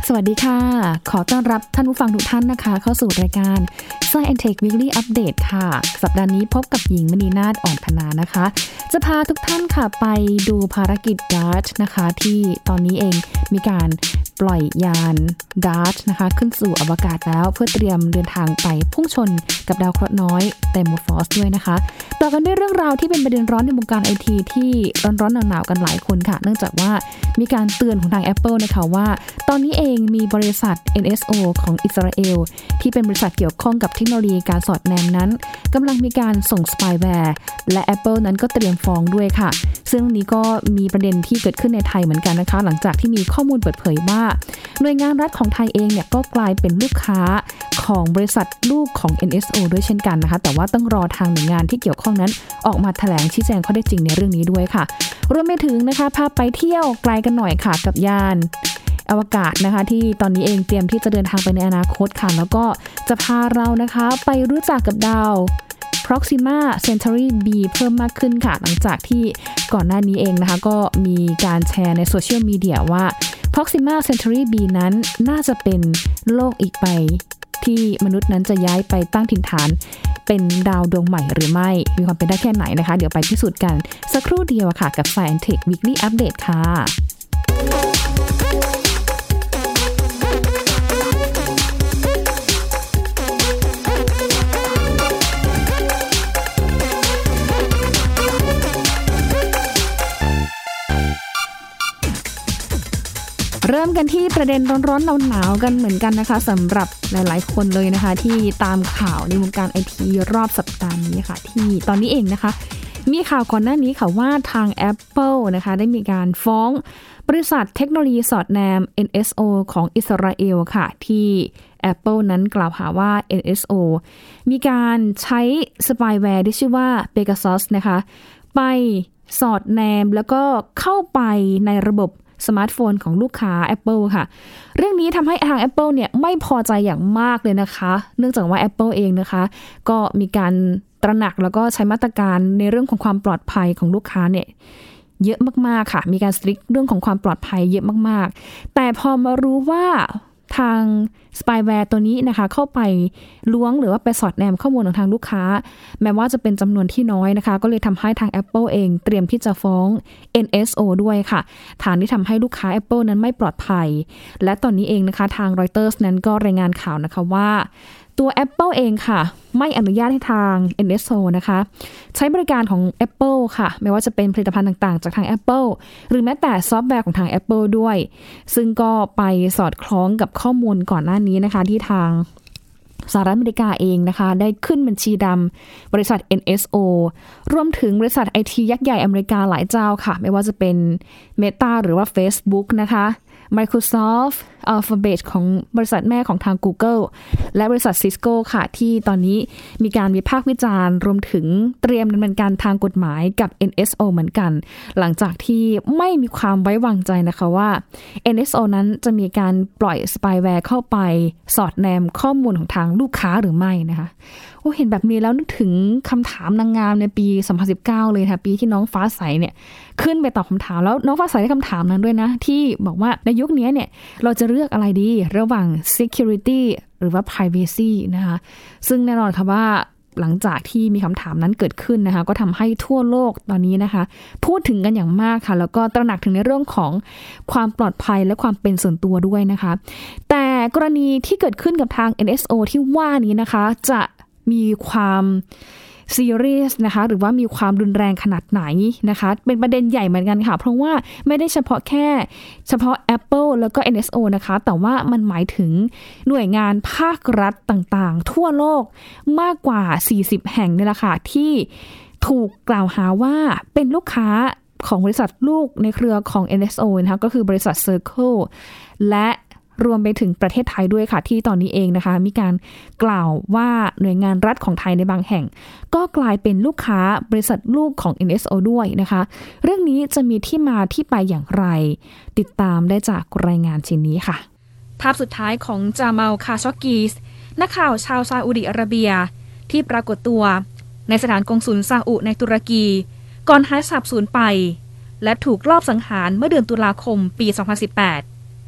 สวัสดีค่ะขอต้อนรับท่านผู้ฟังทุกท่านนะคะเข้าสู่รายการ Science and Tech Weekly Update ค่ะสัปดาห์นี้พบกับหญิงมณีนาฏอ่อนพนานะคะจะพาทุกท่านค่ะไปดูภารกิจ DART นะคะที่ตอนนี้เองมีการปล่อยยาน DART นะคะขึ้นสู่อวกาศแล้วเพื่อเตรียมเดินทางไปพุ่งชนกับดาวเคราะห์น้อยเตโมฟอสด้วยนะคะต่อกันด้วยเรื่องราวที่เป็นประเด็นร้อนในวงการ IT ที่ร้อนๆหนาวๆกันหลายคนค่ะเนื่องจากว่ามีการเตือนของทาง Apple นะคะว่าตอนนี้เองมีบริษัท NSO ของอิสราเอลที่เป็นบริษัทเกี่ยวข้องกับเทคโนโลยีการสอดแนมนั้นกำลังมีการส่งสปายแวร์และ Apple นั้นก็เตรียมฟ้องด้วยค่ะซึ่งนี้ก็มีประเด็นที่เกิดขึ้นในไทยเหมือนกันนะคะหลังจากที่มีข้อมูลเปิดเผยว่าหน่วยงานรัฐของไทยเองเนี่ยก็กลายเป็นลูกค้าของบริษัทลูกของ NSO ด้วยเช่นกันนะคะแต่ว่าต้องรอทางหน่วยงานที่เกี่ยวข้องนั้นออกมาแถลงชี้แจงข้อเท็จจริงในเรื่องนี้ด้วยค่ะรวมไปถึงนะคะพาไปเที่ยวไกลกันหน่อยค่ะกับยานอวกาศนะคะที่ตอนนี้เองเตรียมที่จะเดินทางไปในอนาคตค่ะแล้วก็จะพาเรานะคะไปรู้จักกับดาว Proxima Centauri b เพิ่มมากขึ้นค่ะหลังจากที่ก่อนหน้านี้เองนะคะก็มีการแชร์ในโซเชียลมีเดียว่า Proxima Centauri b นั้นน่าจะเป็นโลกอีกใบที่มนุษย์นั้นจะย้ายไปตั้งถิ่นฐานเป็นดาวดวงใหม่หรือไม่มีความเป็นได้แค่ไหนนะคะเดี๋ยวไปพิสูจน์กันสักครู่เดียวค่ะกับ Science and Tech Weekly Update ค่ะเริ่มกันที่ประเด็นร้อนๆหนาวๆกันเหมือนกันนะคะสำหรับหลายๆคนเลยนะคะที่ตามข่าวในวงการ IT รอบสัปดาห์นี้ค่ะที่ตอนนี้เองนะคะมีข่าวก่อนหน้านี้ค่ะว่าทาง Apple นะคะได้มีการฟ้องบริษัทเทคโนโลยีสอดแนม NSO ของอิสราเอลค่ะที่ Apple นั้นกล่าวหาว่า NSO มีการใช้สปายแวร์ที่ชื่อว่า Pegasus นะคะไปสอดแนมแล้วก็เข้าไปในระบบสมาร์ทโฟนของลูกค้า Apple ค่ะเรื่องนี้ทำให้ทาง Apple เนี่ยไม่พอใจอย่างมากเลยนะคะเนื่องจากว่า Apple เองนะคะก็มีการตระหนักแล้วก็ใช้มาตรการในเรื่องของความปลอดภัยของลูกค้าเนี่ยเยอะมากๆค่ะมีการสตริกเรื่องของความปลอดภัยเยอะมากๆแต่พอมารู้ว่าทางสปายแวร์ตัวนี้นะคะเข้าไปล้วงหรือว่าไปสอดแนมข้อมูลของทางลูกค้าแม้ว่าจะเป็นจำนวนที่น้อยนะคะก็เลยทำให้ทาง Apple เองเตรียมที่จะฟ้อง NSO ด้วยค่ะฐานที่ทำให้ลูกค้า Apple นั้นไม่ปลอดภัยและตอนนี้เองนะคะทาง Reuters นั้นก็รายงานข่าวนะคะว่าตัว Apple เองค่ะไม่อนุญาตให้ทาง NSO นะคะใช้บริการของ Apple ค่ะไม่ว่าจะเป็นผลิตภัณฑ์ต่างๆจากทาง Apple หรือแม้แต่ซอฟต์แวร์ของทาง Apple ด้วยซึ่งก็ไปสอดคล้องกับข้อมูลก่อนหน้านี้นะคะที่ทางสหรัฐอเมริกาเองนะคะได้ขึ้นบัญชีดำบริษัท NSO รวมถึงบริษัท IT ยักษ์ใหญ่อเมริกาหลายเจ้าค่ะไม่ว่าจะเป็น Meta หรือว่า Facebook นะคะ Microsoft Alphabet ของบริษัทแม่ของทาง Google และบริษัท Cisco ค่ะที่ตอนนี้มีการวิพากษ์วิจารณ์รวมถึงเตรียมดำเนินการทางกฎหมายกับ NSO เหมือนกันหลังจากที่ไม่มีความไว้วางใจนะคะว่า NSO นั้นจะมีการปล่อยสปายแวร์เข้าไปสอดแนมข้อมูลของทางลูกค้าหรือไม่นะคะเห็นแบบนี้แล้วนึกถึงคำถามนางงามในปี 2019 เลยค่ะปีที่น้องฟ้าใสเนี่ยขึ้นไปตอบคำถามแล้วน้องฟ้าใสได้คำถามนั้นด้วยนะที่บอกว่าในยุคนี้เนี่ยเราจะเลือกอะไรดีระหว่าง security หรือว่า privacy นะคะซึ่งแน่นอนค่ะว่าหลังจากที่มีคำถามนั้นเกิดขึ้นนะคะก็ทำให้ทั่วโลกตอนนี้นะคะพูดถึงกันอย่างมากค่ะแล้วก็ตระหนักถึงในเรื่องของความปลอดภัยและความเป็นส่วนตัวด้วยนะคะแต่กรณีที่เกิดขึ้นกับทาง NSO ที่ว่านี้นะคะจะมีความซีเรียสนะคะหรือว่ามีความรุนแรงขนาดไหนนะคะเป็นประเด็นใหญ่เหมือนกันค่ะเพราะว่าไม่ได้เฉพาะ Apple แล้วก็ NSO นะคะแต่ว่ามันหมายถึงหน่วยงานภาครัฐต่างๆทั่วโลกมากกว่า40แห่งนี่แหละค่ะที่ถูกกล่าวหาว่าเป็นลูกค้าของบริษัทลูกในเครือของ NSO นะคะก็คือบริษัท Circle และรวมไปถึงประเทศไทยด้วยค่ะที่ตอนนี้เองนะคะมีการกล่าวว่าหน่วยงานรัฐของไทยในบางแห่งก็กลายเป็นลูกค้าบริษัทลูกของ NSO ด้วยนะคะเรื่องนี้จะมีที่มาที่ไปอย่างไรติดตามได้จากรายงานชิ้นนี้ค่ะภาพสุดท้ายของจามัล คาชอกีสนักข่าวชาวซาอุดิอาระเบียที่ปรากฏตัวในสถานกงสุลซาอุในตุรกีก่อนหายสาบสูญไปและถูกลอบสังหารเมื่อเดือนตุลาคมปี 2018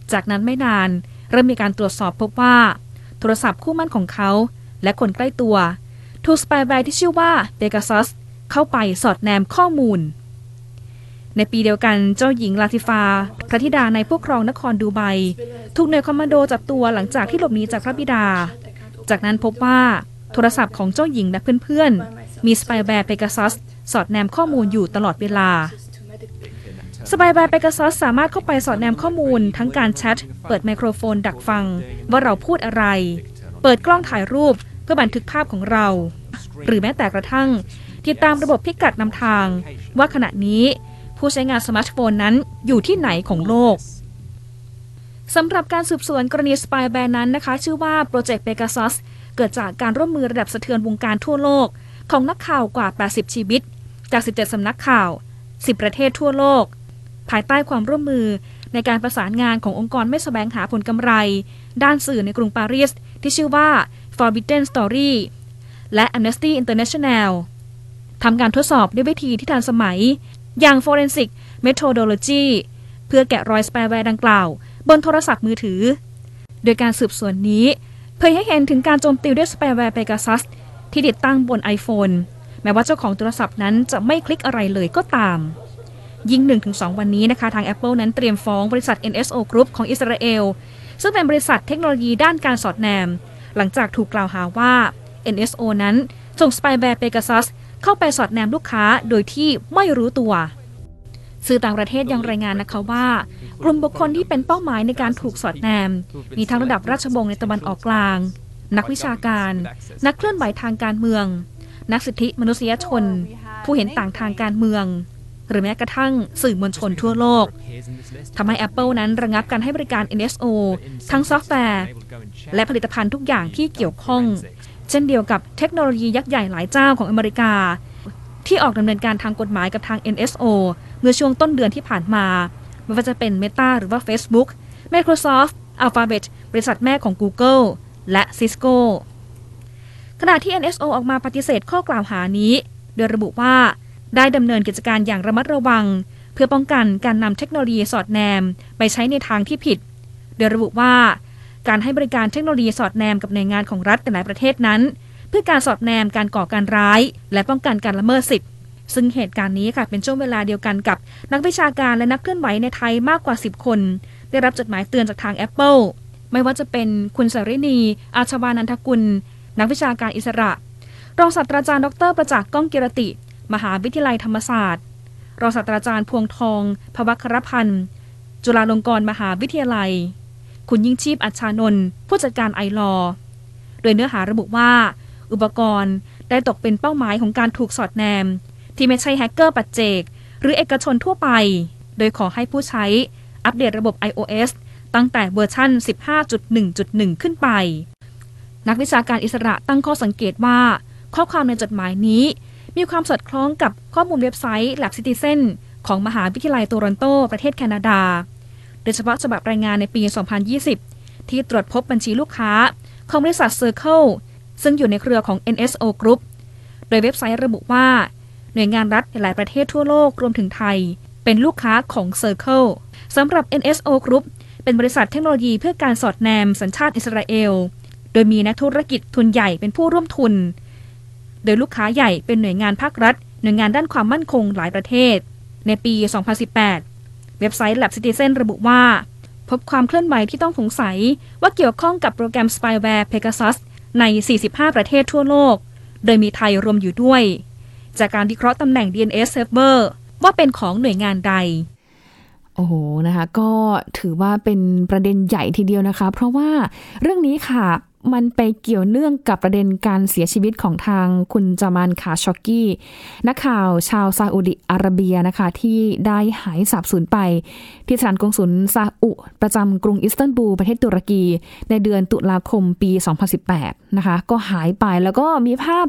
จากนั้นไม่นานเริ่มมีการตรวจสอบพบว่าโทรศัพท์คู่มั่นของเขาและคนใกล้ตัวถูกสปายแวร์ที่ชื่อว่า Pegasus เข้าไปสอดแนมข้อมูลในปีเดียวกันเจ้าหญิงลาติฟาพระธิดาในผู้ครองนครดูไบถูกหน่วยคอมมานโดจับตัวหลังจากที่หลบหนีจากพระบิดาจากนั้นพบว่าโทรศัพท์ของเจ้าหญิงและเพื่อนๆมีสปายแวร์ Pegasus สอดแนมข้อมูลอยู่ตลอดเวลาสปายแวร์ Pegasus สามารถเข้าไปสอดแนมข้อมูลทั้งการแชทเปิดไมโครโฟนดักฟังว่าเราพูดอะไรเปิดกล้องถ่ายรูปเพื่อบันทึกภาพของเราหรือแม้แต่กระทั่งติดตามระบบพิกัดนำทางว่าขณะนี้ผู้ใช้งานสมาร์ทโฟนนั้นอยู่ที่ไหนของโลกสำหรับการสืบสวนกรณีสปายแวร์นั้นนะคะชื่อว่าโปรเจกต์ Pegasus เกิดจากการร่วมมือระดับสะเทือนวงการทั่วโลกของนักข่าวกว่า80ชีวิตจาก17สำนักข่าว10ประเทศทั่วโลกภายใต้ความร่วมมือในการประสานงานขององค์กรไม่แสวงหาผลกำไรด้านสื่อในกรุงปารีสที่ชื่อว่า Forbidden Story และ Amnesty International ทำการทดสอบด้วยวิธีที่ทันสมัยอย่าง Forensic Methodology เพื่อแกะรอยสปายแวร์ดังกล่าวบนโทรศัพท์มือถือโดยการสืบสวนนี้เผยให้เห็นถึงการโจมตีด้วยสปายแวร์ Pegasus ที่ติดตั้งบน iPhone แม้ว่าเจ้าของโทรศัพท์นั้นจะไม่คลิกอะไรเลยก็ตามยิ่ง 1-2 วันนี้นะคะทาง Apple นั้นเตรียมฟ้องบริษัท NSO Group ของอิสราเอลซึ่งเป็นบริษัทเทคโนโลยีด้านการสอดแนมหลังจากถูกกล่าวหาว่า NSO นั้นส่งสปายแวร์ Pegasus เข้าไปสอดแนมลูกค้าโดยที่ไม่รู้ตัวสื่อต่างประเทศยังรายงานนะคะว่ากลุ่มบุคคลที่เป็นเป้าหมายในการถูกสอดแนมมีทั้งระดับราชวงศ์ในตะวันออกกลางนักวิชาการนักเคลื่อนไหวทางการเมืองนักสิทธิมนุษยชนผู้เห็นต่างทางการเมืองหรือแม้กระทั่งสื่อมวลชนทั่วโลกทำให้ Apple นั้นระงับการให้บริการ NSO ทั้งซอฟต์แวร์และผลิตภัณฑ์ทุกอย่างที่เกี่ยวข้องเช่นเดียวกับเทคโนโลยียักษ์ใหญ่หลายเจ้าของอเมริกาที่ออกดำเนินการทางกฎหมายกับทาง NSO เมื่อช่วงต้นเดือนที่ผ่านมาไม่ว่าจะเป็น Meta หรือว่า Facebook Microsoft Alphabet บริษัทแม่ของ Google และ Cisco ขณะที่ NSO ออกมาปฏิเสธข้อกล่าวหานี้โดยระบุว่าได้ดำเนินกิจการอย่างระมัดระวังเพื่อป้องกันการนำเทคโนโลยีสอดแนมไปใช้ในทางที่ผิดโดยระบุว่าการให้บริการเทคโนโลยีสอดแนมกับหน่วยงานของรัฐแต่หลายประเทศนั้นเพื่อการสอดแนมการก่อการร้ายและป้องกันการละเมิดสิทธิ์ซึ่งเหตุการณ์นี้ค่ะเป็นช่วงเวลาเดียวกันกับนักวิชาการและนักเคลื่อนไหวในไทยมากกว่า10คนได้รับจดหมายเตือนจากทาง Apple ไม่ว่าจะเป็นคุณสริณีอาชวานันทกุลนักวิชาการอิสระรองศาสตราจารย์ดร.ประจักษ์ก้องกิรติมหาวิทยาลัยธรรมศาสตร์รองศาสตราจารย์พวงทองภวครพันธ์จุฬาลงกรณ์มหาวิทยาลัยคุณยิ่งชีพอัชชานนท์ผู้จัดการไอลอโดยเนื้อหาระบุว่าอุปกรณ์ได้ตกเป็นเป้าหมายของการถูกสอดแนมที่ไม่ใช่แฮกเกอร์ปัจเจกหรือเอกชนทั่วไปโดยขอให้ผู้ใช้อัปเดตระบบ iOS ตั้งแต่เวอร์ชัน 15.1.1 ขึ้นไปนักวิชาการอิสระตั้งข้อสังเกตว่าข้อความในจดหมายนี้มีความสอดคล้องกับข้อมูลเว็บไซต์ Lab Citizen ของมหาวิทยาลัยโตรอนโตประเทศแคนาดาโดยเฉพาะฉบับรายงานในปี 2020 ที่ตรวจพบบัญชีลูกค้าของบริษัท Circle ซึ่งอยู่ในเครือของ NSO Group โดยเว็บไซต์ระบุว่าหน่วยงานรัฐในหลายประเทศทั่วโลกรวมถึงไทยเป็นลูกค้าของ Circle สำหรับ NSO Group เป็นบริษัทเทคโนโลยีเพื่อการสอดแนมสัญชาติอิสราเอลโดยมีนักธุรกิจทุนใหญ่เป็นผู้ร่วมทุนโดยลูกค้าใหญ่เป็นหน่วยงานภาครัฐหน่วยงานด้านความมั่นคงหลายประเทศในปี 2018 เว็บไซต์ Lab Citizen ระบุว่าพบความเคลื่อนไหวที่ต้องสงสัยว่าเกี่ยวข้องกับโปรแกรมสปายแวร์ Pegasus ใน 45 ประเทศทั่วโลกโดยมีไทยรวมอยู่ด้วยจากการวิเคราะห์ตำแหน่ง DNS Server ว่าเป็นของหน่วยงานใดโอ้โหนะคะก็ถือว่าเป็นประเด็นใหญ่ทีเดียวนะคะเพราะว่าเรื่องนี้ค่ะมันไปเกี่ยวเนื่องกับประเด็นการเสียชีวิตของทางคุณจามานคาชอกกี้นักข่าวชาวซาอุดิอาระเบียนะคะที่ได้หายสาบสูญไปที่สถานกงสุลซาอุประจำกรุงอิสตันบูลประเทศตุรกีในเดือนตุลาคมปี 2018 นะคะก็หายไปแล้วก็มีภาพจับ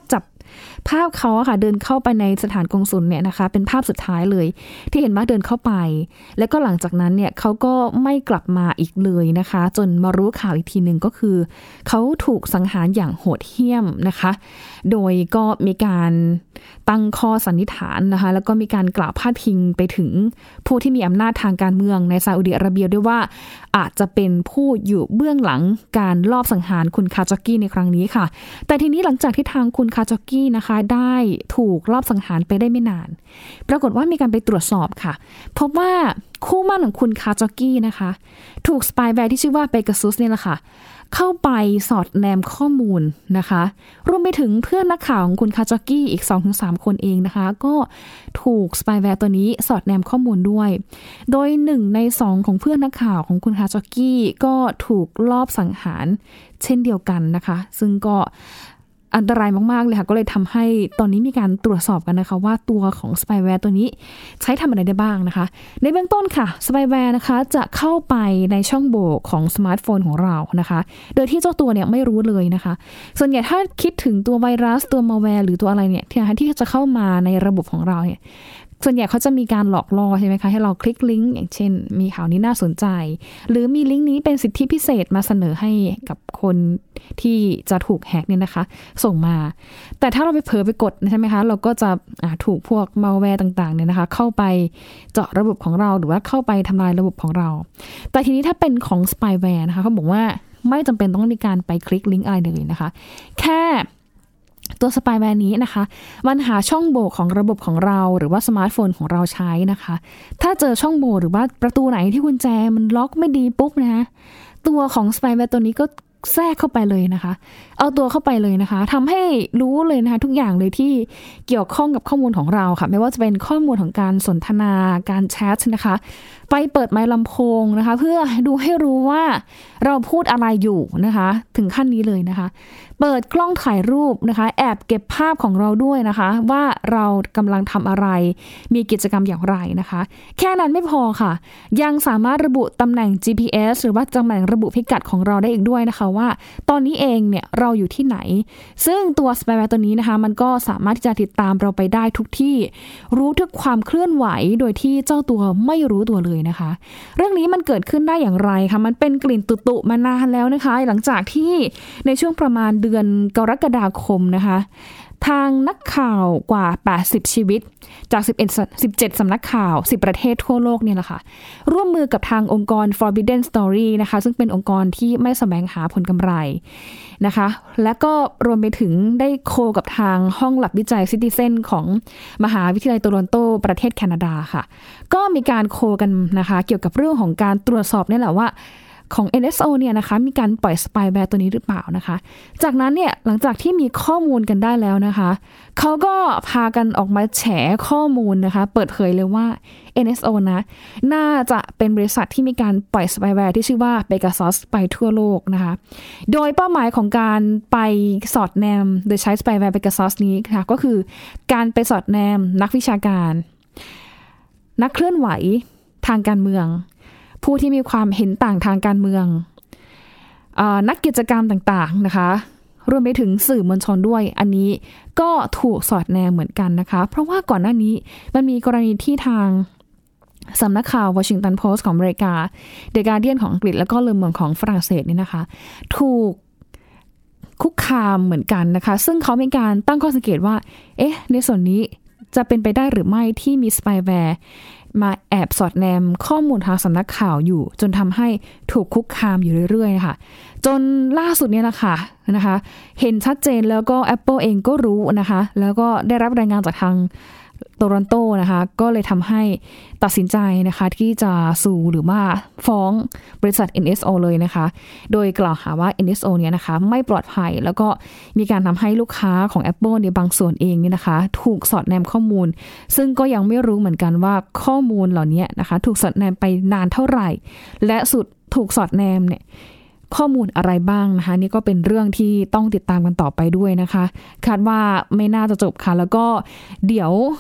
ภาพเขาอะค่ะเดินเข้าไปในสถานกงสุลเนี่ยนะคะเป็นภาพสุดท้ายเลยที่เห็นว่าเดินเข้าไปแล้วก็หลังจากนั้นเนี่ยเขาก็ไม่กลับมาอีกเลยนะคะจนมารู้ข่าวอีกทีนึงก็คือเขาถูกสังหารอย่างโหดเหี้ยมนะคะโดยก็มีการตั้งข้อสันนิษฐานนะคะแล้วก็มีการกล่าวพาดพิงไปถึงผู้ที่มีอำนาจทางการเมืองในซาอุดิอาระเบียด้วยว่าอาจจะเป็นผู้อยู่เบื้องหลังการลอบสังหารคุณคาจอกกี้ในครั้งนี้ค่ะแต่ทีนี้หลังจากที่ทางคุณคาจอกกี้นะคะได้ถูกลอบสังหารไปได้ไม่นานปรากฏว่ามีการไปตรวจสอบค่ะพบว่าคู่หมั่นของคุณคาจอกกี้นะคะถูกสปายแวร์ที่ชื่อว่าเปกาซัสเนี่ยแหละค่ะเข้าไปสอดแนมข้อมูลนะคะรวมไปถึงเพื่อนนักข่าวของคุณคาจอกกี้อีก 2-3 คนเองนะคะก็ถูกสปายแวร์ตัวนี้สอดแนมข้อมูลด้วยโดย1 ใน 2ของเพื่อนนักข่าวของคุณคาจอกกี้ก็ถูกลอบสังหารเช่นเดียวกันนะคะซึ่งก็อันตรายมากๆเลยค่ะก็เลยทำให้ตอนนี้มีการตรวจสอบกันนะคะว่าตัวของสปายแวร์ตัวนี้ใช้ทำอะไรได้บ้างนะคะในเบื้องต้นค่ะสปายแวร์นะคะจะเข้าไปในช่องโหว่ของสมาร์ทโฟนของเรานะคะโดยที่เจ้าตัวเนี่ยไม่รู้เลยนะคะส่วนใหญ่ถ้าคิดถึงตัวไวรัสตัวมัลแวร์หรือตัวอะไรเนี่ยที่จะเข้ามาในระบบของเราเนี่ยส่วนใหญ่เขาจะมีการหลอกล่อใช่ไหมคะให้เราคลิกลิงก์อย่างเช่นมีข่าวนี้น่าสนใจหรือมีลิงก์นี้เป็นสิทธิพิเศษมาเสนอให้กับคนที่จะถูกแฮกเนี่ยนะคะส่งมาแต่ถ้าเราไปเผลอไปกดใช่ไหมคะเราก็จะถูกพวกมัลแวร์ต่างๆเนี่ยนะคะเข้าไปเจาะระบบของเราหรือว่าเข้าไปทำลายระบบของเราแต่ทีนี้ถ้าเป็นของสปายแวร์นะคะเขาบอกว่าไม่จำเป็นต้องมีการไปคลิกลิงก์อะไรเลยนะคะแค่ตัวสปายแวร์นี้นะคะมันหาช่องโหว่ของระบบของเราหรือว่าสมาร์ทโฟนของเราใช้นะคะถ้าเจอช่องโหว่หรือว่าประตูไหนที่กุญแจมันล็อกไม่ดีปุ๊บนะตัวของสปายแวร์ตัวนี้ก็แทรกเข้าไปเลยนะคะเอาตัวเข้าไปเลยนะคะทำให้รู้เลยนะคะทุกอย่างเลยที่เกี่ยวข้องกับข้อมูลของเราค่ะไม่ว่าจะเป็นข้อมูลของการสนทนาการแชทนะคะไปเปิดไมค์ลำโพงนะคะเพื่อดูให้รู้ว่าเราพูดอะไรอยู่นะคะถึงขั้นนี้เลยนะคะเปิดกล้องถ่ายรูปนะคะแอบเก็บภาพของเราด้วยนะคะว่าเรากำลังทำอะไรมีกิจกรรมอย่างไรนะคะแค่นั้นไม่พอค่ะยังสามารถระบุตำแหน่ง GPS หรือว่าตำแหน่งระบุพิกัดของเราได้อีกด้วยนะคะว่าตอนนี้เองเนี่ยเราอยู่ที่ไหนซึ่งตัวสปายแวร์ตัวนี้นะคะมันก็สามารถที่จะติดตามเราไปได้ทุกที่รู้ทุกความเคลื่อนไหวโดยที่เจ้าตัวไม่รู้ตัวเลยนะคะเรื่องนี้มันเกิดขึ้นได้อย่างไรคะมันเป็นกลิ่นตุๆมานานแล้วนะคะหลังจากที่ในช่วงประมาณเดือนกรกฎาคมนะคะทางนักข่าวกว่า80ชีวิตจาก17สำนักข่าว10ประเทศทั่วโลกเนี่ยแหละค่ะร่วมมือกับทางองค์กร Forbidden Story นะคะซึ่งเป็นองค์กรที่ไม่แสวงหาผลกำไรนะคะและก็รวมไปถึงได้โคกับทางห้องหลับวิจัย Citizen ของมหาวิทยาลัยโตรอนโตประเทศแคนาดาค่ะก็มีการโคกันนะคะเกี่ยวกับเรื่องของการตรวจสอบนี่แหละว่าของ NSO เนี่ยนะคะมีการปล่อยสปายแวร์ตัวนี้หรือเปล่านะคะจากนั้นเนี่ยหลังจากที่มีข้อมูลกันได้แล้วนะคะเขาก็พากันออกมาแฉข้อมูลนะคะเปิดเผยเลยว่า NSO นะน่าจะเป็นบริษัทที่มีการปล่อยสปายแวร์ที่ชื่อว่า Pegasus ไปทั่วโลกนะคะโดยเป้าหมายของการไปสอดแนมโดยใช้สปายแวร์ Pegasus นี้ค่ะก็คือการไปสอดแนมนักวิชาการนักเคลื่อนไหวทางการเมืองผู้ที่มีความเห็นต่างทางการเมืองนักกิจกรรมต่างๆนะคะรวมไปถึงสื่อมวลชนด้วยอันนี้ก็ถูกสอดแนมเหมือนกันนะคะเพราะว่าก่อนหน้านี้มันมีกรณีที่ทางสำนักข่าววอชิงตันโพสต์ของอเมริกาเดอะการ์เดียนของอังกฤษแล้วก็เลอเมืองของฝรั่งเศสนี่นะคะถูกคุกคามเหมือนกันนะคะซึ่งเขามีการตั้งข้อสังเกตว่าในส่วนนี้จะเป็นไปได้หรือไม่ที่มีสปายแวร์มาแอบสอดแนมข้อมูลทางสำนักข่าวอยู่จนทำให้ถูกคุกคามอยู่เรื่อยๆนะคะจนล่าสุดเนี่ยนะคะเห็นชัดเจนแล้วก็ Apple เองก็รู้นะคะแล้วก็ได้รับรายงานจากทางโตรอนโตนะคะก็เลยทำให้ตัดสินใจนะคะที่จะสู้หรือว่าฟ้องบริษัท NSO เลยนะคะโดยกล่าวหาว่า NSO เนี่ยนะคะไม่ปลอดภัยแล้วก็มีการทำให้ลูกค้าของ Apple ในบางส่วนเองเนี่ยนะคะถูกสอดแนมข้อมูลซึ่งก็ยังไม่รู้เหมือนกันว่าข้อมูลเหล่านี้นะคะถูกสอดแนมไปนานเท่าไหร่และสุดถูกสอดแนมเนี่ยข้อมูลอะไรบ้างนะคะนี่ก็เป็นเรื่องที่ต้องติดตามกันต่อไปด้วยนะคะคาดว่าไม่น่าจะจบค่ะแล้วก็เดี๋ยว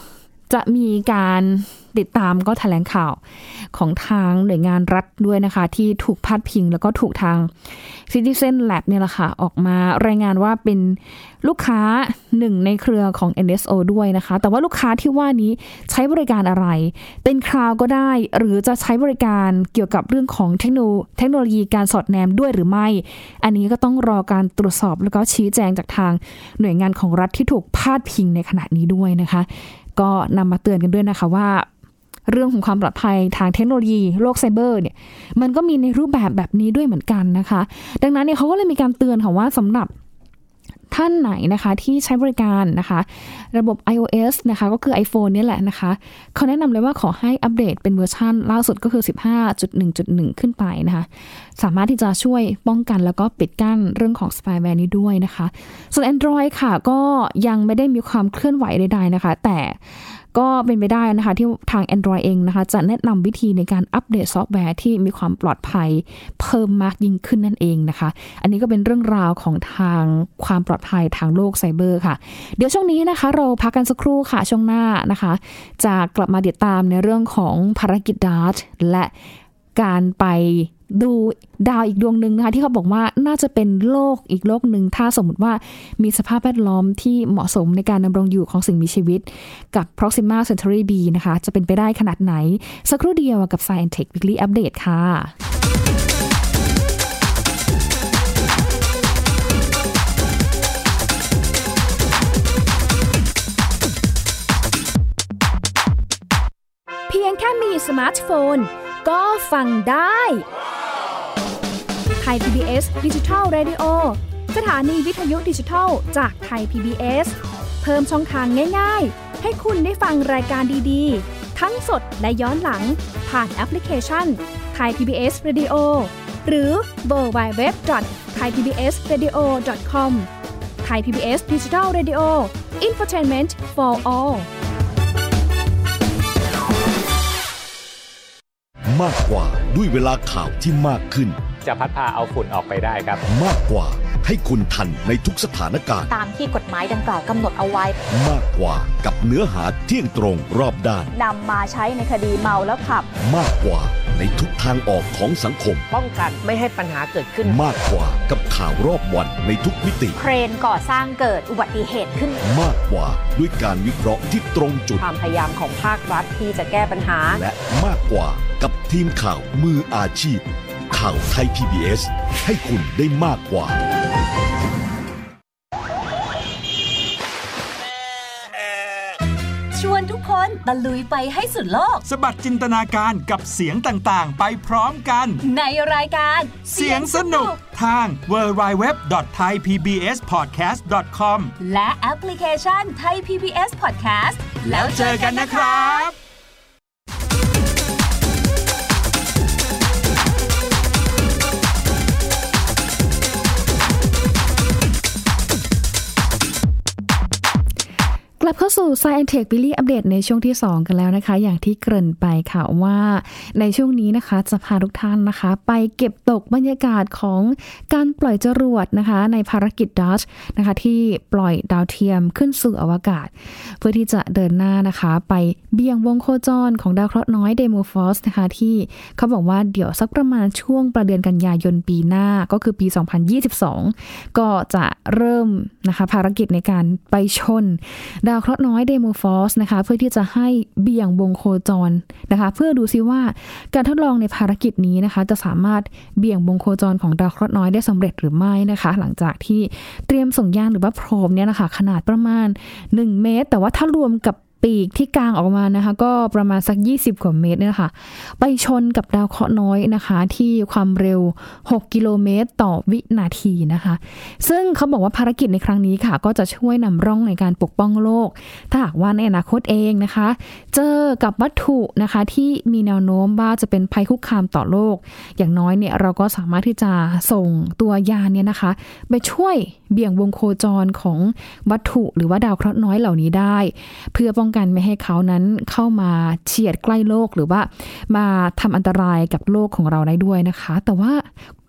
จะมีการติดตามก็แถลงข่าวของทางหน่วยงานรัฐด้วยนะคะที่ถูกพาดพิงแล้วก็ถูกทาง Citizen Lab เนี่ยแหละค่ะออกมารายงานว่าเป็นลูกค้าหนึ่งในเครือของ NSO ด้วยนะคะแต่ว่าลูกค้าที่ว่านี้ใช้บริการอะไรเป็นคลาวด์ก็ได้หรือจะใช้บริการเกี่ยวกับเรื่องของเทคโนโลยีการสอดแนมด้วยหรือไม่อันนี้ก็ต้องรอการตรวจสอบแล้วก็ชี้แจงจากทางหน่วยงานของรัฐที่ถูกพาดพิงในขณะนี้ด้วยนะคะก็นำมาเตือนกันด้วยนะคะว่าเรื่องของความปลอดภัยทางเทคโนโลยีโลกไซเบอร์เนี่ยมันก็มีในรูปแบบนี้ด้วยเหมือนกันนะคะดังนั้นเนี่ยเขาก็เลยมีการเตือนค่ะว่าสำหรับท่านไหนนะคะที่ใช้บริการนะคะระบบ iOS นะคะก็คือ iPhone นี่แหละนะคะเขาแนะนำเลยว่าขอให้อัปเดตเป็นเวอร์ชันล่าสุดก็คือ 15.1.1 ขึ้นไปนะคะสามารถที่จะช่วยป้องกันแล้วก็ปิดกั้นเรื่องของสปายแวร์นี้ด้วยนะคะส่วน Android ค่ะก็ยังไม่ได้มีความเคลื่อนไหวใดๆนะคะแต่ก็เป็นไปได้นะคะที่ทาง Android เองนะคะจะแนะนำวิธีในการอัปเดตซอฟต์แวร์ที่มีความปลอดภัยเพิ่มมากยิ่งขึ้นนั่นเองนะคะอันนี้ก็เป็นเรื่องราวของทางความปลอดภัยทางโลกไซเบอร์ค่ะเดี๋ยวช่วงนี้นะคะเราพักกันสักครู่ค่ะช่วงหน้านะคะจะกลับมาติดตามในเรื่องของภารกิจดาร์ตและการไปดูดาวอีกดวงหนึ่งนะคะที่เขาบอกว่าน่าจะเป็นโลกอีกโลกหนึ่งถ้าสมมติว่ามีสภาพแวดล้อมที่เหมาะสมในการดำรงอยู่ของสิ่งมีชีวิตกับ Proxima Centauri b นะคะจะเป็นไปได้ขนาดไหนสักครู่เดียวกับ Science Tech Weekly Update ค่ะเพียงแค่มีสมาร์ทโฟนก็ฟังได้ไทย PBS Digital Radio สถานีวิทยุดิจิทัลจากไทย PBS เพิ่มช่องทางง่ายๆให้คุณได้ฟังรายการดีๆทั้งสดและย้อนหลังผ่านแอปพลิเคชัน Thai PBS Radio หรือ www.thaipbsradio.com Thai PBS Digital Radio Infotainment for all มากกว่าด้วยเวลาข่าวที่มากขึ้นจะพัดพาเอาฝุ่นออกไปได้ครับมากกว่าให้คุณทันในทุกสถานการณ์ตามที่กฎหมายดังกล่าวกำหนดเอาไว้มากกว่ากับเนื้อหาเที่ยงตรงรอบด้านนำมาใช้ในคดีเมาแล้วขับมากกว่าในทุกทางออกของสังคมป้องกันไม่ให้ปัญหาเกิดขึ้นมากกว่ากับข่าวรอบวันในทุกมิติเครนก่อสร้างเกิดอุบัติเหตุขึ้นมากกว่าด้วยการวิเคราะห์ที่ตรงจุดความพยายามของภาครัฐที่จะแก้ปัญหาและมากกว่ากับทีมข่าวมืออาชีพข่าวไทย PBS ให้คุณได้มากกว่าชวนทุกคนตะลุยไปให้สุดโลกสบัดจินตนาการกับเสียงต่างๆไปพร้อมกันในรายการเสียงสนุกทาง www.thaipbspodcast.com และแอปพลิเคชัน Thai PBS Podcast แล้วเจอกันนะครับกลับเข้าสู่ Science Tech Weekly Update ในช่วงที่2กันแล้วนะคะอย่างที่เกริ่นไปค่ะว่าในช่วงนี้นะคะจะพาทุกท่านนะคะไปเก็บตกบรรยากาศของการปล่อยจรวดนะคะในภารกิจ DART นะคะที่ปล่อยดาวเทียมขึ้นสู่อวกาศเพื่อที่จะเดินหน้านะคะไปเบี่ยงวงโคจรของดาวเคราะห์น้อยเดโมฟอสนะคะที่เขาบอกว่าเดี๋ยวสักประมาณช่วงประเดือนกันยายนปีหน้าก็คือปี 2022 ก็จะเริ่มนะคะภารกิจในการไปชนดาวเคราะห์น้อยเดโมฟอสนะคะเพื่อที่จะให้เบี่ยงวงโคจรนะคะเพื่อดูซิว่าการทดลองในภารกิจนี้นะคะจะสามารถเบี่ยงวงโคจรของดาวเคราะห์น้อยได้สำเร็จหรือไม่นะคะหลังจากที่เตรียมส่งยานหรือว่าโพรบเนี่ยนะคะขนาดประมาณ1 เมตรแต่ว่าถ้ารวมกับปีกที่กลางออกมานะคะก็ประมาณสัก20 กว่าเมตรเนี่ยค่ะไปชนกับดาวเคราะห์น้อยนะคะที่ความเร็ว6 กิโลเมตรต่อวินาทีนะคะซึ่งเขาบอกว่าภารกิจในครั้งนี้ค่ะก็จะช่วยนำร่องในการปกป้องโลกถ้าหากว่าในอนาคตเองนะคะเจอกับวัตถุนะคะที่มีแนวโน้มว่าจะเป็นภัยคุกคามต่อโลกอย่างน้อยเนี่ยเราก็สามารถที่จะส่งตัวยานเนี่ยนะคะไปช่วยเบี่ยงวงโคจรของวัตถุหรือว่าดาวเคราะห์น้อยเหล่านี้ได้เพื่อป้องกันไม่ให้เขานั้นเข้ามาเฉียดใกล้โลกหรือว่ามาทำอันตรายกับโลกของเราได้ด้วยนะคะแต่ว่า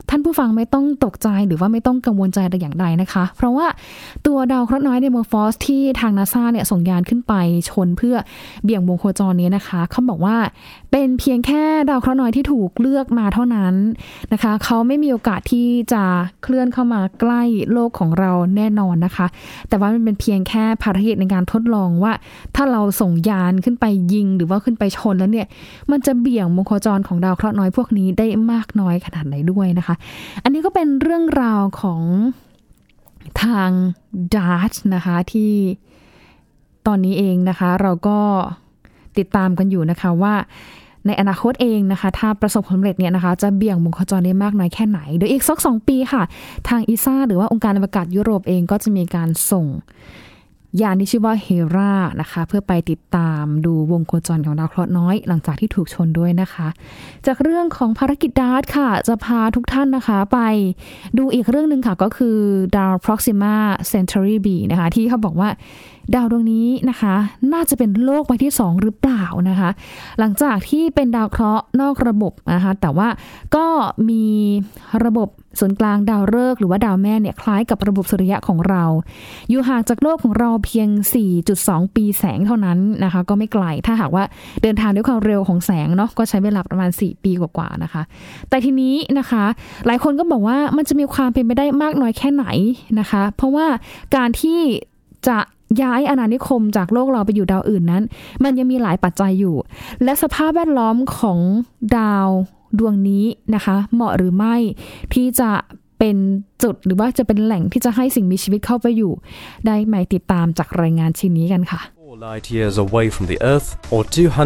ท่านผู้ฟังไม่ต้องตกใจหรือว่าไม่ต้องกังวลใจแต่อย่างใดนะคะเพราะว่าตัวดาวเคราะห์น้อยเดโมฟอสที่ทาง NASA เนี่ยส่งยานขึ้นไปชนเพื่อเบี่ยงวงโคจรนี้นะคะเขาบอกว่าเป็นเพียงแค่ดาวเคราะห์น้อยที่ถูกเลือกมาเท่านั้นนะคะเขาไม่มีโอกาสที่จะเคลื่อนเข้ามาใกล้โลกของเราแน่นอนนะคะแต่ว่ามันเป็นเพียงแค่ภารกิจในการทดลองว่าถ้าเราส่งยานขึ้นไปยิงหรือว่าขึ้นไปชนแล้วเนี่ยมันจะเบี่ยงวงโคจรของดาวเคราะห์น้อยพวกนี้ได้มากน้อยขนาดไหนด้วยนะคะอันนี้ก็เป็นเรื่องราวของทาง DART นะคะที่ตอนนี้เองนะคะเราก็ติดตามกันอยู่นะคะว่าในอนาคตเองนะคะถ้าประสบความสำเร็จเนี่ยนะคะจะเบี่ยงวงโคจรได้มากน้อยแค่ไหนโดยอีกสัก2 ปีค่ะทาง ESA หรือว่าองค์การอวกาศยุโรปเองก็จะมีการส่งยานที่ชื่อว่าเฮรานะคะเพื่อไปติดตามดูวงโคจรของดาวเคราะห์น้อยหลังจากที่ถูกชนด้วยนะคะจากเรื่องของภารกิจดาร์ตค่ะจะพาทุกท่านนะคะไปดูอีกเรื่องนึงค่ะก็คือดาว Proxima Centauri b นะคะที่เขาบอกว่าดาวดวงนี้นะคะน่าจะเป็นโลกใบที่2หรือเปล่านะคะหลังจากที่เป็นดาวเคราะห์นอกระบบนะคะแต่ว่าก็มีระบบศูนย์กลางดาวฤกษ์หรือว่าดาวแม่เนี่ยคล้ายกับระบบสุริยะของเราอยู่ห่างจากโลกของเราเพียง 4.2 ปีแสงเท่านั้นนะคะก็ไม่ไกลถ้าหากว่าเดินทางด้วยความเร็วของแสงเนาะก็ใช้เวลาประมาณ4 ปีกว่าๆนะคะแต่ทีนี้นะคะหลายคนก็บอกว่ามันจะมีความเป็นไปได้มากน้อยแค่ไหนนะคะเพราะว่าการที่จะย้ายอาณานิคมจากโลกเราไปอยู่ดาวอื่นนั้นมันยังมีหลายปัจจัยอยู่และสภาพแวดล้อมของดาวดวงนี้นะคะเหมาะหรือไม่ที่จะเป็นจุดหรือว่าจะเป็นแหล่งที่จะให้สิ่งมีชีวิตเข้าไปอยู่ได้ไหมติดตามจากรายงานชิ้นนี้กันค่ะ Light years away from the Earth or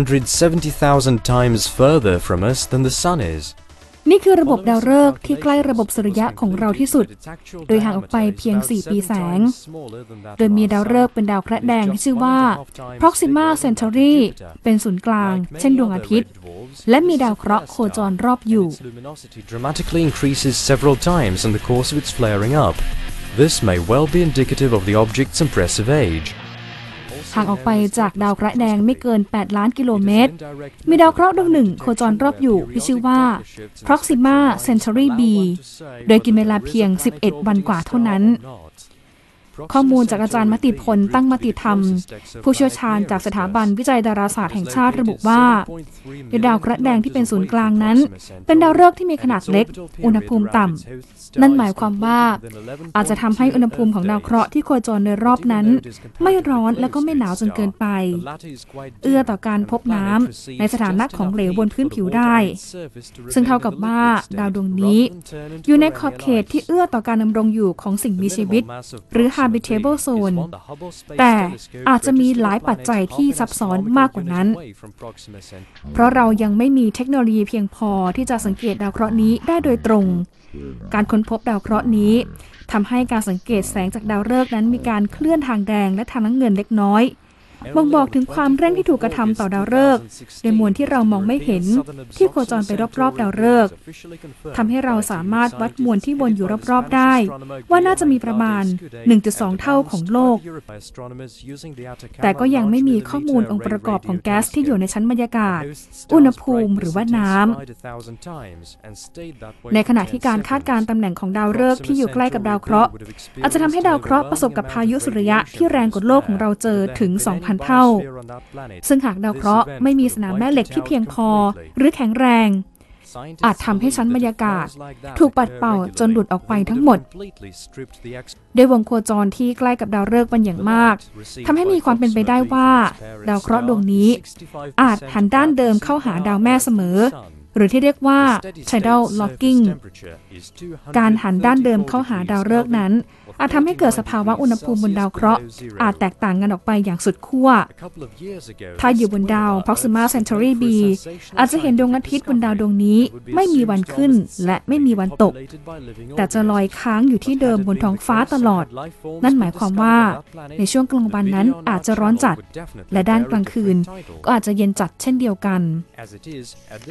270,000 times further from us than the Sun is นี่คือระบบดาวฤกษ์ที่ใกล้ระบบสุริยะของเราที่สุดโดยห่างออกไปเพียง4 ปีแสงโดยมีดาวฤกษ์เป็นดาวเคราะห์แดงที่ชื่อว่า Proxima Centauri เป็นศูนย์กลางเช่นดวงอาทิตย์และมีดาวเคราะห์โคจรรอบอยู่ dramatically increases several times in the course of its flaring up. This may well be indicative of the object's impressive age. ห่างออกไปจากดาวเคราะห์แดงไม่เกิน8 ล้านกิโลเมตรมีดาวเคราะห์ดวงหนึ่งโคจรรอบอยู่ที่ชื่อว่า Proxima Centauri b โดยกินเวลาเพียง11 วันกว่าเท่านั้นข้อมูลจากอาจารย์มติพลตั้งมติธรรมผู้เชี่ยวชาญจากสถาบันวิจัยดาราศาสตร์แห่งชาติระบุว่าดาวเคราะห์แดงที่เป็นศูนย์กลางนั้นเป็นดาวฤกษ์ที่มีขนาดเล็กอุณหภูมิต่ำนั่นหมายความว่าอาจจะทำให้อุณหภูมิของดาวเคราะห์ที่โคจรในรอบนั้นไม่ร้อนและก็ไม่หนาวจนเกินไปเอื้อต่อการพบน้ำในสถานะของเหลวบนพื้นผิวได้ซึ่งเท่ากับว่าดาวดวงนี้อยู่ในขอบเขตที่เอื้อต่อการดำรงอยู่ของสิ่งมีชีวิตหรือhabitable zone แต่อาจจะมีหลายปัจจัยที่ซับซ้อนมากกว่านั้นเพราะเรายังไม่มีเทคโนโลยีเพียงพอที่จะสังเกตดาวเคราะห์นี้ได้โดยตรงการค้นพบดาวเคราะห์นี้ทำให้การสังเกตแสงจากดาวฤกษ์นั้นมีการเคลื่อนทางแดงและทางน้ำเงินเล็กน้อยบ่งบอกถึงความเร่งที่ถูกกระทำต่อดาวฤกษ์โดยมวลที่เรามองไม่เห็นที่โคจรไปรอบๆดาวฤกษ์ทำให้เราสามารถวัดมวลที่วนอยู่รอบๆได้ว่าน่าจะมีประมาณ 1.2 เท่าของโลกแต่ก็ยังไม่มีข้อมูลองค์ประกอบของแก๊สที่อยู่ในชั้นบรรยากาศอุณหภูมิหรือว่าน้ำในขณะที่การคาดการณ์ตำแหน่งของดาวฤกษ์ที่อยู่ใกล้กับดาวเคราะห์อาจจะทำให้ดาวเคราะห์ประสบกับพายุสุริยะที่แรงกว่าโลกของเราเจอถึง 2,000 เท่าซึ่งหากดาวเคราะห์ไม่มีสนามแม่เหล็กที่เพียงพอหรือแข็งแรงอาจทำให้ชั้นบรรยากาศถูกปัดเป่าจนหลุดออกไปทั้งหมดด้วยวงโคจรที่ใกล้กับดาวฤกษ์เป็นอย่างมากทำให้มีความเป็นไปได้ว่าดาวเคราะห์ดวงนี้อาจหันด้านเดิมเข้าหาดาวแม่เสมอหรือที่เรียกว่า tidal locking การหันด้านเดิมเข้าหาดาวฤกษ์นั้นอาจทำให้เกิดสภาวะอุณหภูมิบนดาวเคราะห์อาจแตกต่างกันออกไปอย่างสุดขั้วถ้าอยู่บนดาว Proxima Centauri b อาจจะเห็นดวงอาทิตย์บนดาวดวงนี้ไม่มีวันขึ้นและไม่มีวันตกแต่จะลอยค้างอยู่ที่เดิมบนท้องฟ้าตลอดนั่นหมายความว่าในช่วงกลางวันนั้นอาจจะร้อนจัดและด้านกลางคืนก็อาจจะเย็นจัดเช่นเดียวกัน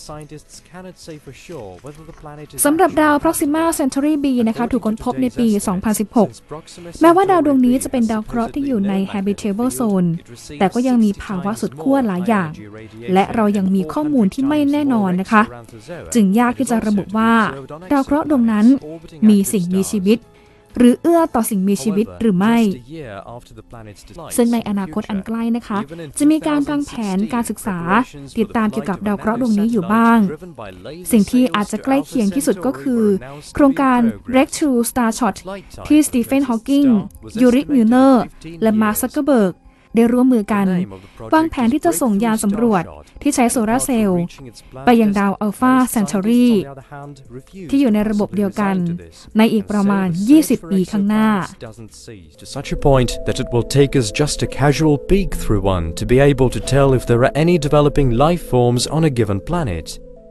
scientists cannot say for sure whether the planet is สำหรับดาว Proxima Centauri B นะคะถูกค้นพบในปี 2016 แม้ว่าดาวดวงนี้จะเป็นดาวเคราะห์ที่อยู่ใน habitable zone แต่ก็ยังมีภาวะสุดขั้วหลายอย่างและเรายังมีข้อมูลที่ไม่แน่นอนนะคะจึงยากที่จะระบุว่าดาวเคราะห์ดวงนั้นมีสิ่งมีชีวิตหรือเอื้อต่อสิ่งมีชีวิตหรือไม่ซึ่งในอนาคตอันใกล้นะคะจะมีการวางแผนการศึกษาติดตามเกี่ยวกับดาวเคราะห์ดวงนี้อยู่บ้างสิ่งที่อาจจะใกล้เคียงที่สุดก็คือโครงการ Breakthrough Starshot ที่สตีเฟน ฮอว์กิง ยูริ มิลเนอร์และมาร์ค ซักเกอร์เบิร์กได้ร่วมมือกันวางแผนที่จะส่งยานสำรวจที่ใช้โซลาร์เซลล์ไปยังดาวอัลฟาเซนทอรีที่อยู่ในระบบเดียวกันในอีกประมาณ20 ปีข้างหน้า To such a point that it will take us just a casual peek through one to be able to tell if there are any developing life forms on a given planet.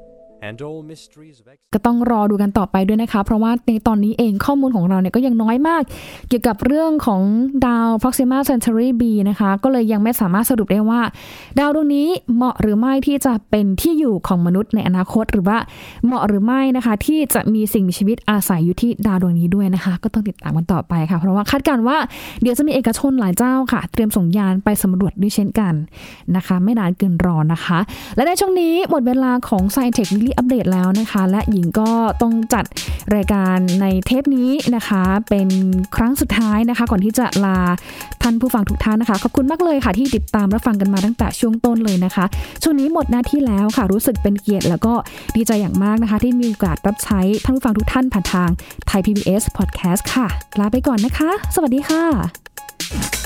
ก็ต้องรอดูกันต่อไปด้วยนะคะเพราะว่าในตอนนี้เองข้อมูลของเราเนี่ยก็ยังน้อยมากเกี่ยวกับเรื่องของดาว Proxima Centauri B นะคะก็เลยยังไม่สามารถสรุปได้ว่าดาวดวงนี้เหมาะหรือไม่ที่จะเป็นที่อยู่ของมนุษย์ในอนาคตหรือว่าเหมาะหรือไม่นะคะที่จะมีสิ่งมีชีวิตอาศัยอยู่ที่ดาวดวงนี้ด้วยนะคะก็ต้องติดตามกันต่อไปค่ะเพราะว่าคาดการณ์ว่าเดี๋ยวจะมีเอกชนหลายเจ้าค่ะเตรียมส่งยานไปสำรวจด้วยเช่นกันนะคะไม่นานเกินรอนะคะและในช่วงนี้หมดเวลาของ Science Techอัปเดตแล้วนะคะและหญิงก็ต้องจัดรายการในเทปนี้นะคะเป็นครั้งสุดท้ายนะคะก่อนที่จะลาท่านผู้ฟังทุกท่านนะคะขอบคุณมากเลยค่ะที่ติดตามรับฟังกันมาตั้งแต่ช่วงต้นเลยนะคะช่วงนี้หมดหน้าที่แล้วค่ะรู้สึกเป็นเกียรติแล้วก็ดีใจอย่างมากนะคะที่มีโอกาสรับใช้ท่านผู้ฟังทุกท่านผ่านทาง Thai PBS Podcast ค่ะลาไปก่อนนะคะสวัสดีค่ะ